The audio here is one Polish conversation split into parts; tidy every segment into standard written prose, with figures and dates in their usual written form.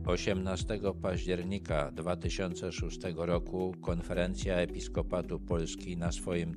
18 października 2006 roku Konferencja Episkopatu Polski na swoim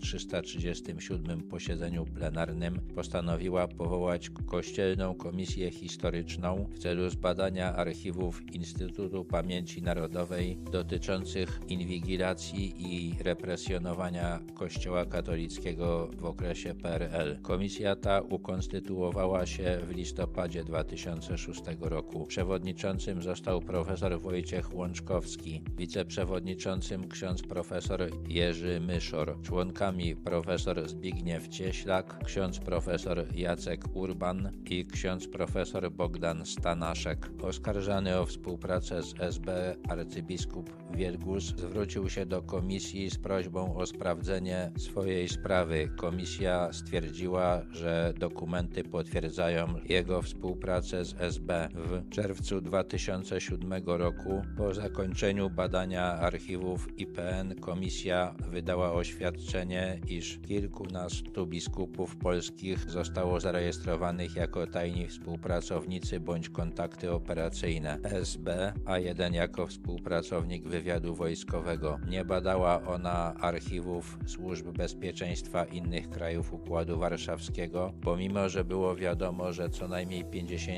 337 posiedzeniu plenarnym postanowiła powołać Kościelną Komisję Historyczną w celu zbadania archiwów Instytutu Pamięci Narodowej dotyczących inwigilacji i represjonowania Kościoła katolickiego w okresie PRL. Komisja ta ukonstytuowała się w listopadzie 2006 roku. Przewodniczącym został profesor Wojciech Łączkowski, wiceprzewodniczącym ksiądz profesor Jerzy Myszor, członkami profesor Zbigniew Cieślak, ksiądz profesor Jacek Urban i ksiądz profesor Bogdan Stanaszek. Oskarżany o współpracę z SB arcybiskup Wielgus zwrócił się do komisji z prośbą o sprawdzenie swojej sprawy. Komisja stwierdziła, że dokumenty potwierdzają jego współpracę z SB. W czerwcu 2007 roku, po zakończeniu badania archiwów IPN, komisja wydała oświadczenie, iż kilkunastu biskupów polskich zostało zarejestrowanych jako tajni współpracownicy bądź kontakty operacyjne SB, a jeden jako współpracownik wywiadu wojskowego. Nie badała ona archiwów służb bezpieczeństwa innych krajów Układu Warszawskiego, pomimo że było wiadomo, że co najmniej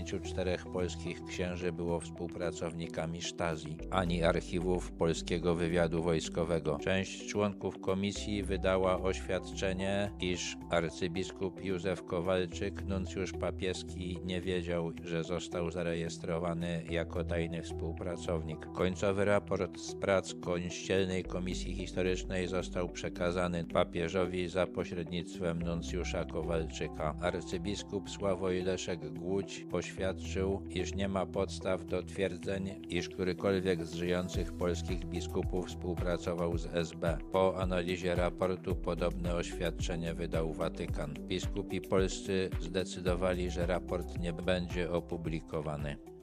54 polskich księży było współpracownikami Stasi, ani archiwów polskiego wywiadu wojskowego. Część członków komisji wydała oświadczenie, iż arcybiskup Józef Kowalczyk, nuncjusz papieski, nie wiedział, że został zarejestrowany jako tajny współpracownik. Końcowy raport z prac Kościelnej Komisji Historycznej został przekazany papieżowi za pośrednictwem nuncjusza Kowalczyka. Arcybiskup Sławoj Leszek Głódź oświadczył, iż nie ma podstaw do twierdzeń, iż którykolwiek z żyjących polskich biskupów współpracował z SB. Po analizie raportu podobne oświadczenie wydał Watykan. Biskupi polscy zdecydowali, że raport nie będzie opublikowany.